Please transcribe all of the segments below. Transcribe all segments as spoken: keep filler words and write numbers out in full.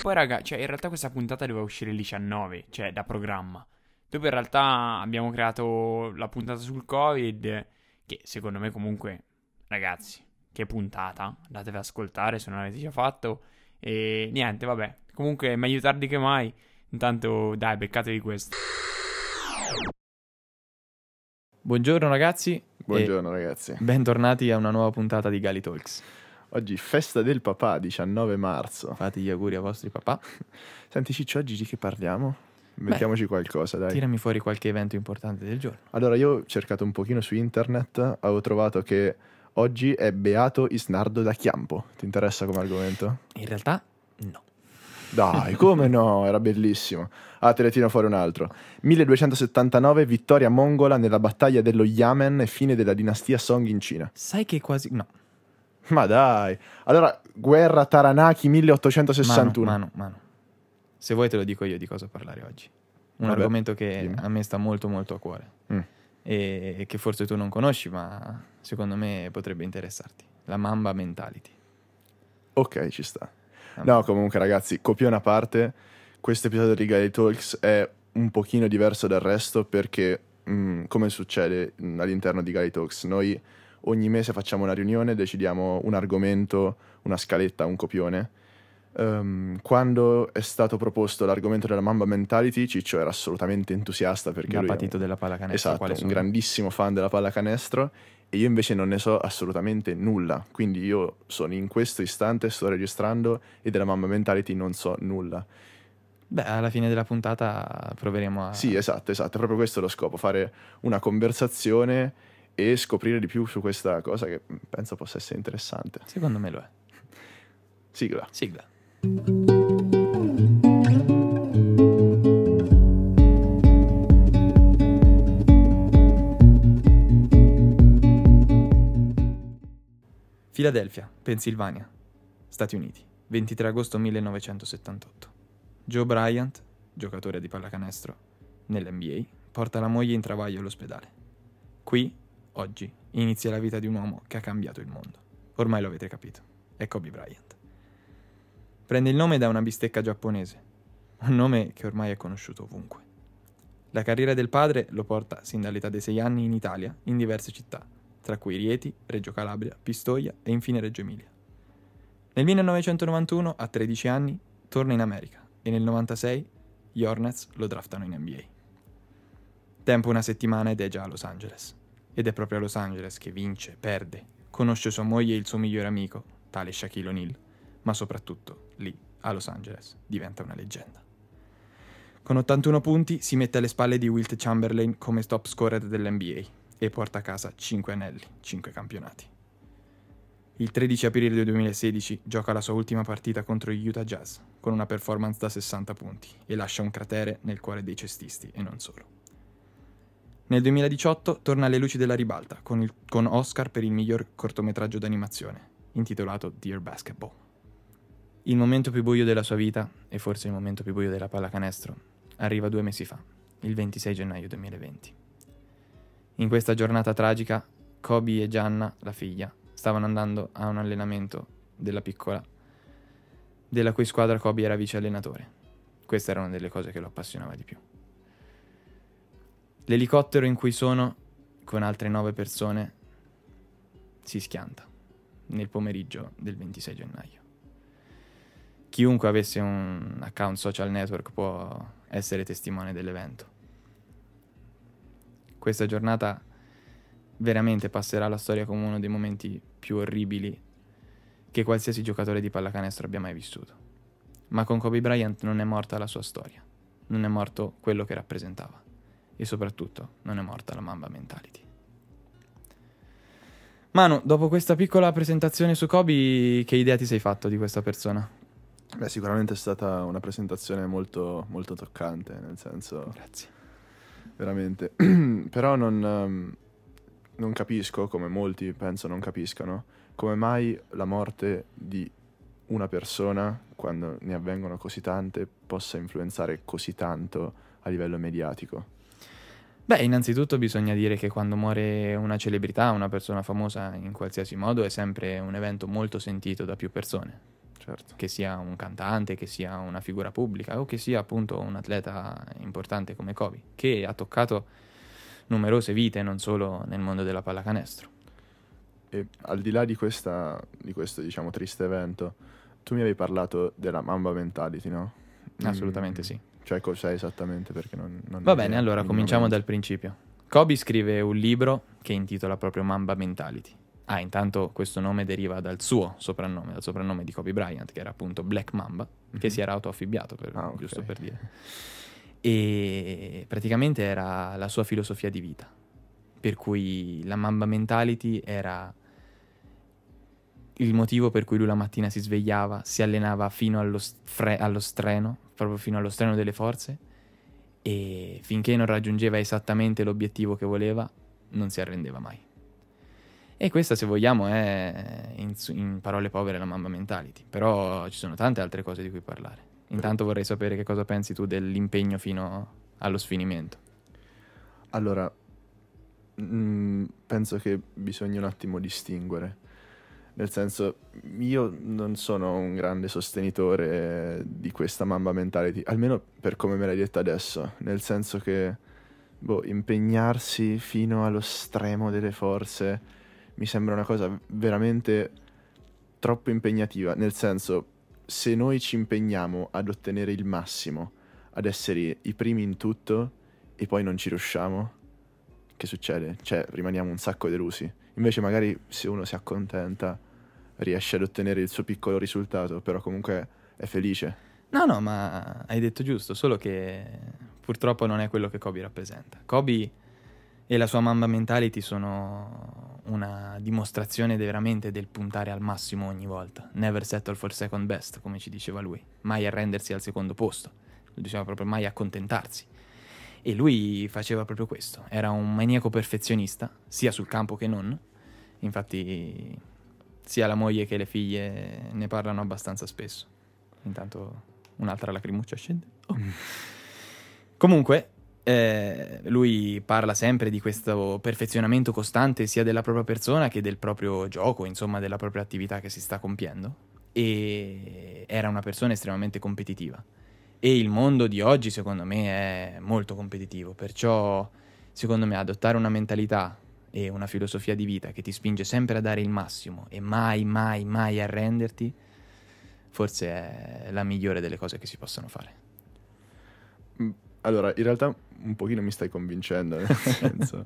Poi raga, cioè in realtà questa puntata doveva uscire il diciannove, cioè da programma. Dopo in realtà abbiamo creato la puntata sul Covid, che secondo me comunque, ragazzi, che puntata, andatevi ad ascoltare se non l'avete già fatto. E niente, vabbè, comunque meglio tardi che mai. Intanto dai, beccatevi questo. Buongiorno ragazzi. Buongiorno ragazzi. Bentornati a una nuova puntata di Gali Talks. Oggi festa del papà, diciannove marzo. Fate gli auguri ai vostri papà. Senti Ciccio, oggi di che parliamo? Mettiamoci Beh, qualcosa, dai. Tirami fuori qualche evento importante del giorno. Allora, io ho cercato un pochino su internet, avevo trovato che oggi è beato Isnardo da Chiampo. Ti interessa come argomento? In realtà no. Dai, come no? Era bellissimo. Ah, te ne tiro fuori un altro. milleduecentosettantanove, vittoria mongola nella battaglia dello Yamen e fine della dinastia Song in Cina. Sai che quasi... no. Ma dai. Allora, guerra Taranaki milleottocentosessantuno. Manu, Manu, Manu. Se vuoi te lo dico io di cosa parlare oggi. Un Vabbè, argomento che dimmi. a me sta molto molto a cuore. Mm. E, e che forse tu non conosci, ma secondo me potrebbe interessarti. La Mamba Mentality. Ok, ci sta. No, comunque ragazzi, copione a parte, questo episodio di Gali Talks è un pochino diverso dal resto perché, mh, come succede mh, all'interno di Gali Talks, noi ogni mese facciamo una riunione, decidiamo un argomento, una scaletta, un copione. Um, quando è stato proposto l'argomento della Mamba Mentality, Ciccio era assolutamente entusiasta perché da lui patito è un, della pallacanestro. esatto, quale un sono? grandissimo fan della pallacanestro. E io invece non ne so assolutamente nulla, quindi io sono in questo istante, sto registrando e della Mamba Mentality non so nulla. Beh, alla fine della puntata proveremo a... Sì, esatto, esatto, è proprio questo lo scopo, fare una conversazione e scoprire di più su questa cosa che penso possa essere interessante. Secondo me lo è. Sigla. Sigla. Philadelphia, Pennsylvania, Stati Uniti, ventitré agosto millenovecentosettantotto. Joe Bryant, giocatore di pallacanestro nell'N B A, porta la moglie in travaglio all'ospedale. Qui, oggi, inizia la vita di un uomo che ha cambiato il mondo. Ormai lo avete capito, è Kobe Bryant. Prende il nome da una bistecca giapponese, un nome che ormai è conosciuto ovunque. La carriera del padre lo porta sin dall'età dei sei anni in Italia, in diverse città, tra cui Rieti, Reggio Calabria, Pistoia e infine Reggio Emilia. Nel millenovecentonovantuno, a tredici anni, torna in America e nel novantasei gli Hornets lo draftano in N B A. Tempo una settimana ed è già a Los Angeles. Ed è proprio a Los Angeles che vince, perde, conosce sua moglie e il suo migliore amico, tale Shaquille O'Neal, ma soprattutto lì, a Los Angeles, diventa una leggenda. Con ottantuno punti si mette alle spalle di Wilt Chamberlain come top scorer dell'N B A e porta a casa cinque anelli, cinque campionati. Il tredici aprile del duemilasedici gioca la sua ultima partita contro gli Utah Jazz con una performance da sessanta punti e lascia un cratere nel cuore dei cestisti e non solo. Nel duemiladiciotto torna alle luci della ribalta con, il, con Oscar per il miglior cortometraggio d'animazione, intitolato Dear Basketball. Il momento più buio della sua vita, e forse il momento più buio della pallacanestro, arriva due mesi fa, il ventisei gennaio duemilaventi. In questa giornata tragica, Kobe e Gianna, la figlia, stavano andando a un allenamento della piccola, della cui squadra Kobe era vice allenatore. Queste erano delle cose che lo appassionava di più. L'elicottero in cui sono, con altre nove persone, si schianta nel pomeriggio del ventisei gennaio. Chiunque avesse un account social network può essere testimone dell'evento. Questa giornata veramente passerà alla storia come uno dei momenti più orribili che qualsiasi giocatore di pallacanestro abbia mai vissuto. Ma con Kobe Bryant non è morta la sua storia, non è morto quello che rappresentava e soprattutto non è morta la Mamba Mentality. Manu, dopo questa piccola presentazione su Kobe, che idea ti sei fatto di questa persona? Beh, sicuramente è stata una presentazione molto, molto toccante, nel senso... Grazie. Veramente. Però non, um, non capisco, come molti penso non capiscano, come mai la morte di una persona, quando ne avvengono così tante, possa influenzare così tanto a livello mediatico. Beh, innanzitutto bisogna dire che quando muore una celebrità, una persona famosa in qualsiasi modo, è sempre un evento molto sentito da più persone. certo. Che sia un cantante, che sia una figura pubblica o che sia appunto un atleta importante come Kobe, che ha toccato numerose vite non solo nel mondo della pallacanestro. E al di là di, questa, di questo, diciamo, triste evento, tu mi avevi parlato della Mamba Mentality, no? Assolutamente Mm, sì. Cioè cos'è esattamente? Perché non, non Va ho bene, idea, allora cominciamo minimamente. dal principio. Kobe scrive un libro che intitola proprio Mamba Mentality. Ah, intanto questo nome deriva dal suo soprannome, dal soprannome di Kobe Bryant, che era appunto Black Mamba, che Mhm. si era autoaffibbiato, per, Ah, ok. giusto per dire. E praticamente era la sua filosofia di vita, per cui la Mamba Mentality era il motivo per cui lui la mattina si svegliava, si allenava fino allo, fre- allo streno, proprio fino allo streno delle forze, e finché non raggiungeva esattamente l'obiettivo che voleva, non si arrendeva mai. E questa, se vogliamo, è in, in parole povere la Mamba Mentality, però ci sono tante altre cose di cui parlare. Intanto vorrei sapere che cosa pensi tu dell'impegno fino allo sfinimento. Allora, mm, penso che bisogna un attimo distinguere. Nel senso, io non sono un grande sostenitore di questa Mamba Mentality, almeno per come me l'hai detta adesso, nel senso che, boh, impegnarsi fino allo stremo delle forze mi sembra una cosa veramente troppo impegnativa, nel senso, se noi ci impegniamo ad ottenere il massimo, ad essere i primi in tutto e poi non ci riusciamo, che succede? Cioè, rimaniamo un sacco delusi. Invece magari se uno si accontenta, riesce ad ottenere il suo piccolo risultato, però comunque è felice. No, no, ma hai detto giusto, solo che purtroppo non è quello che Kobe rappresenta. Kobe e la sua Mamba Mentality sono una dimostrazione veramente del puntare al massimo ogni volta. Never settle for second best, come ci diceva lui. Mai arrendersi al secondo posto. Lo diceva proprio mai accontentarsi. E lui faceva proprio questo. Era un maniaco perfezionista, sia sul campo che non. Infatti sia la moglie che le figlie ne parlano abbastanza spesso. Intanto un'altra lacrimuccia scende. Oh. Comunque, eh, lui parla sempre di questo perfezionamento costante sia della propria persona che del proprio gioco, insomma della propria attività che si sta compiendo. E era una persona estremamente competitiva. E il mondo di oggi, secondo me, è molto competitivo. Perciò, secondo me, adottare una mentalità e una filosofia di vita che ti spinge sempre a dare il massimo e mai, mai, mai arrenderti, forse è la migliore delle cose che si possono fare. Allora, in realtà un pochino mi stai convincendo, nel senso...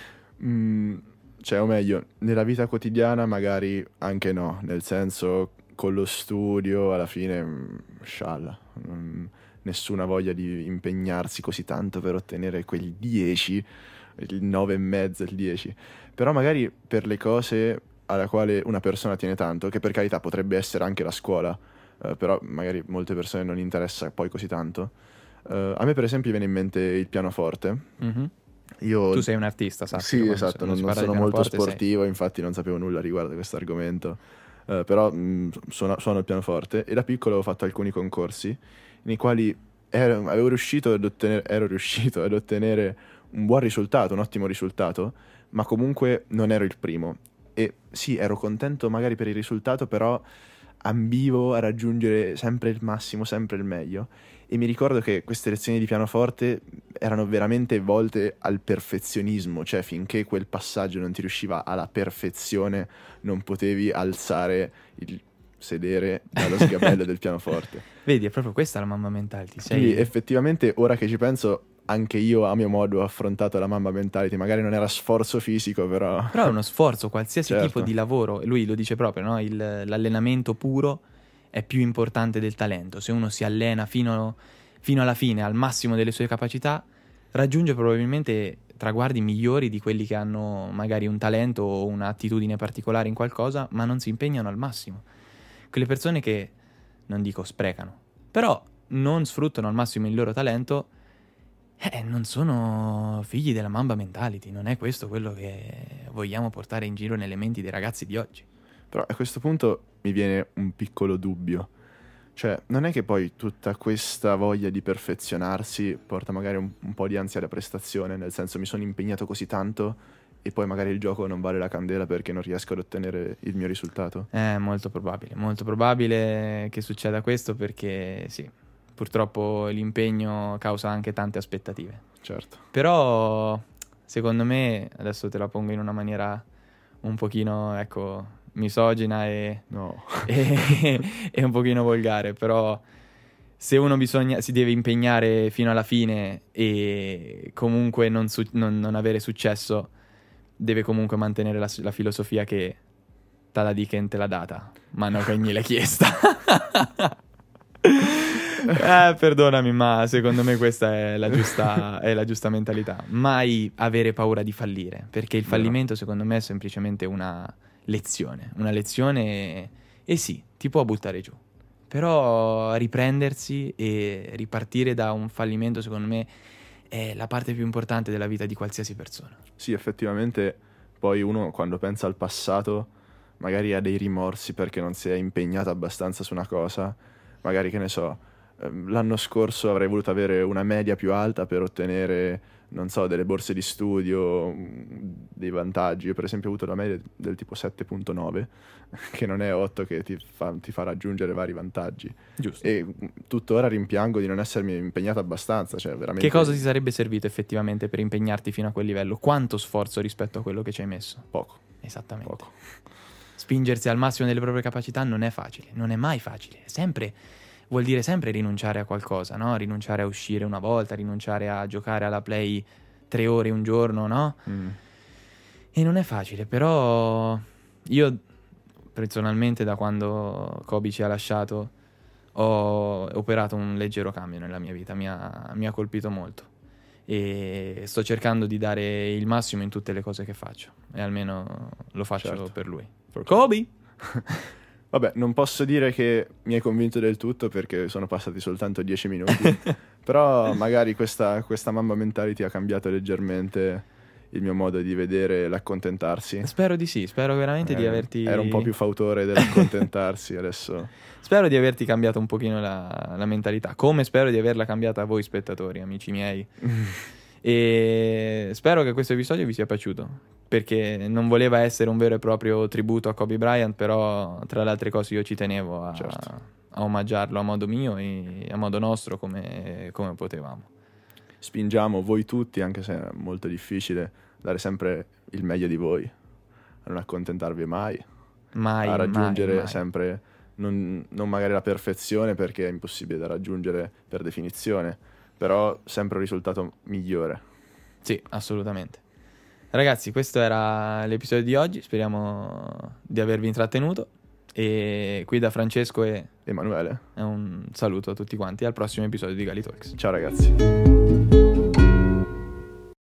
mm, cioè, o meglio, nella vita quotidiana magari anche no, nel senso, con lo studio, alla fine, mm, scialla. Mm, nessuna voglia di impegnarsi così tanto per ottenere quel dieci, il nove e mezzo, il dieci. Però magari per le cose alla quale una persona tiene tanto, che per carità potrebbe essere anche la scuola, eh, però magari molte persone non interessa poi così tanto. Uh, a me per esempio viene in mente il pianoforte. Mm-hmm. Io... Tu sei un artista, sappi. Sì, esatto, non, non sono molto sportivo, sei... infatti non sapevo nulla riguardo a questo argomento, uh, però mh, suono, suono il pianoforte e da piccolo ho fatto alcuni concorsi nei quali ero, avevo riuscito ad ottenere, ero riuscito ad ottenere un buon risultato, un ottimo risultato, ma comunque non ero il primo. E sì, ero contento magari per il risultato, però ambivo a raggiungere sempre il massimo, sempre il meglio. E mi ricordo che queste lezioni di pianoforte erano veramente volte al perfezionismo, cioè finché quel passaggio non ti riusciva alla perfezione non potevi alzare il sedere dallo sgabello del pianoforte. Vedi, è proprio questa la Mamba Mentality. Sei... Quindi effettivamente, ora che ci penso, anche io a mio modo ho affrontato la Mamba Mentality, magari non era sforzo fisico, però... Però è uno sforzo, qualsiasi certo. tipo di lavoro, lui lo dice proprio, no? Il, l'allenamento puro è più importante del talento. Se uno si allena fino, fino alla fine, al massimo delle sue capacità, raggiunge probabilmente traguardi migliori di quelli che hanno magari un talento o un'attitudine particolare in qualcosa, ma non si impegnano al massimo. Quelle persone che, non dico sprecano, però non sfruttano al massimo il loro talento, eh, non sono figli della Mamba Mentality. Non è questo quello che vogliamo portare in giro nelle menti dei ragazzi di oggi. Però a questo punto mi viene un piccolo dubbio. Cioè, non è che poi tutta questa voglia di perfezionarsi porta magari un, un po' di ansia da prestazione, nel senso mi sono impegnato così tanto e poi magari il gioco non vale la candela perché non riesco ad ottenere il mio risultato? È molto probabile, molto probabile che succeda questo perché sì, purtroppo l'impegno causa anche tante aspettative. Certo. Però secondo me, adesso te la pongo in una maniera un pochino, ecco, misogina e, No. e, e un pochino volgare, però se uno bisogna, si deve impegnare fino alla fine e comunque non, su, non, non avere successo, deve comunque mantenere la, la filosofia che tada di che te l'ha data, ma non che gliel'ha chiesta. eh, perdonami, ma secondo me questa è la giusta, è la giusta mentalità. Mai avere paura di fallire, perché il fallimento secondo me è semplicemente una lezione, una lezione e, e sì, ti può buttare giù, però riprendersi e ripartire da un fallimento secondo me è la parte più importante della vita di qualsiasi persona. Sì, effettivamente poi uno quando pensa al passato magari ha dei rimorsi perché non si è impegnato abbastanza su una cosa, magari che ne so, l'anno scorso avrei voluto avere una media più alta per ottenere, non so, delle borse di studio, dei vantaggi. Io per esempio ho avuto la media del tipo sette virgola nove, che non è otto, che ti fa, ti fa raggiungere vari vantaggi. Giusto. E tuttora rimpiango di non essermi impegnato abbastanza, cioè veramente... Che cosa ti sarebbe servito effettivamente per impegnarti fino a quel livello? Quanto sforzo rispetto a quello che ci hai messo? Poco. Esattamente. Poco. Spingersi al massimo delle proprie capacità non è facile, non è mai facile, è sempre... vuol dire sempre rinunciare a qualcosa, no? Rinunciare a uscire una volta, rinunciare a giocare alla Play tre ore un giorno, no? Mm. E non è facile, però io personalmente da quando Kobe ci ha lasciato ho operato un leggero cambio nella mia vita, mi ha, mi ha colpito molto e sto cercando di dare il massimo in tutte le cose che faccio e almeno lo faccio Certo. per lui. For Kobe! Vabbè, non posso dire che mi hai convinto del tutto perché sono passati soltanto dieci minuti, però magari questa, questa Mamba Mentality ha cambiato leggermente il mio modo di vedere l'accontentarsi. Spero di sì, spero veramente Eh, di averti... Ero un po' più fautore dell'accontentarsi, adesso... Spero di averti cambiato un pochino la, la mentalità, come spero di averla cambiata a voi spettatori, amici miei. E spero che questo episodio vi sia piaciuto, perché non voleva essere un vero e proprio tributo a Kobe Bryant, però tra le altre cose io ci tenevo a, Certo. a omaggiarlo a modo mio e a modo nostro come, come potevamo. Spingiamo voi tutti, anche se è molto difficile, dare sempre il meglio di voi, a non accontentarvi mai, Mai, a raggiungere mai, mai. sempre, non, non magari la perfezione perché è impossibile da raggiungere per definizione, però sempre un risultato migliore. Sì, assolutamente. Ragazzi, questo era l'episodio di oggi, speriamo di avervi intrattenuto e qui da Francesco e Emanuele, un saluto a tutti quanti, al prossimo episodio di Gali Talks. ciao ragazzi.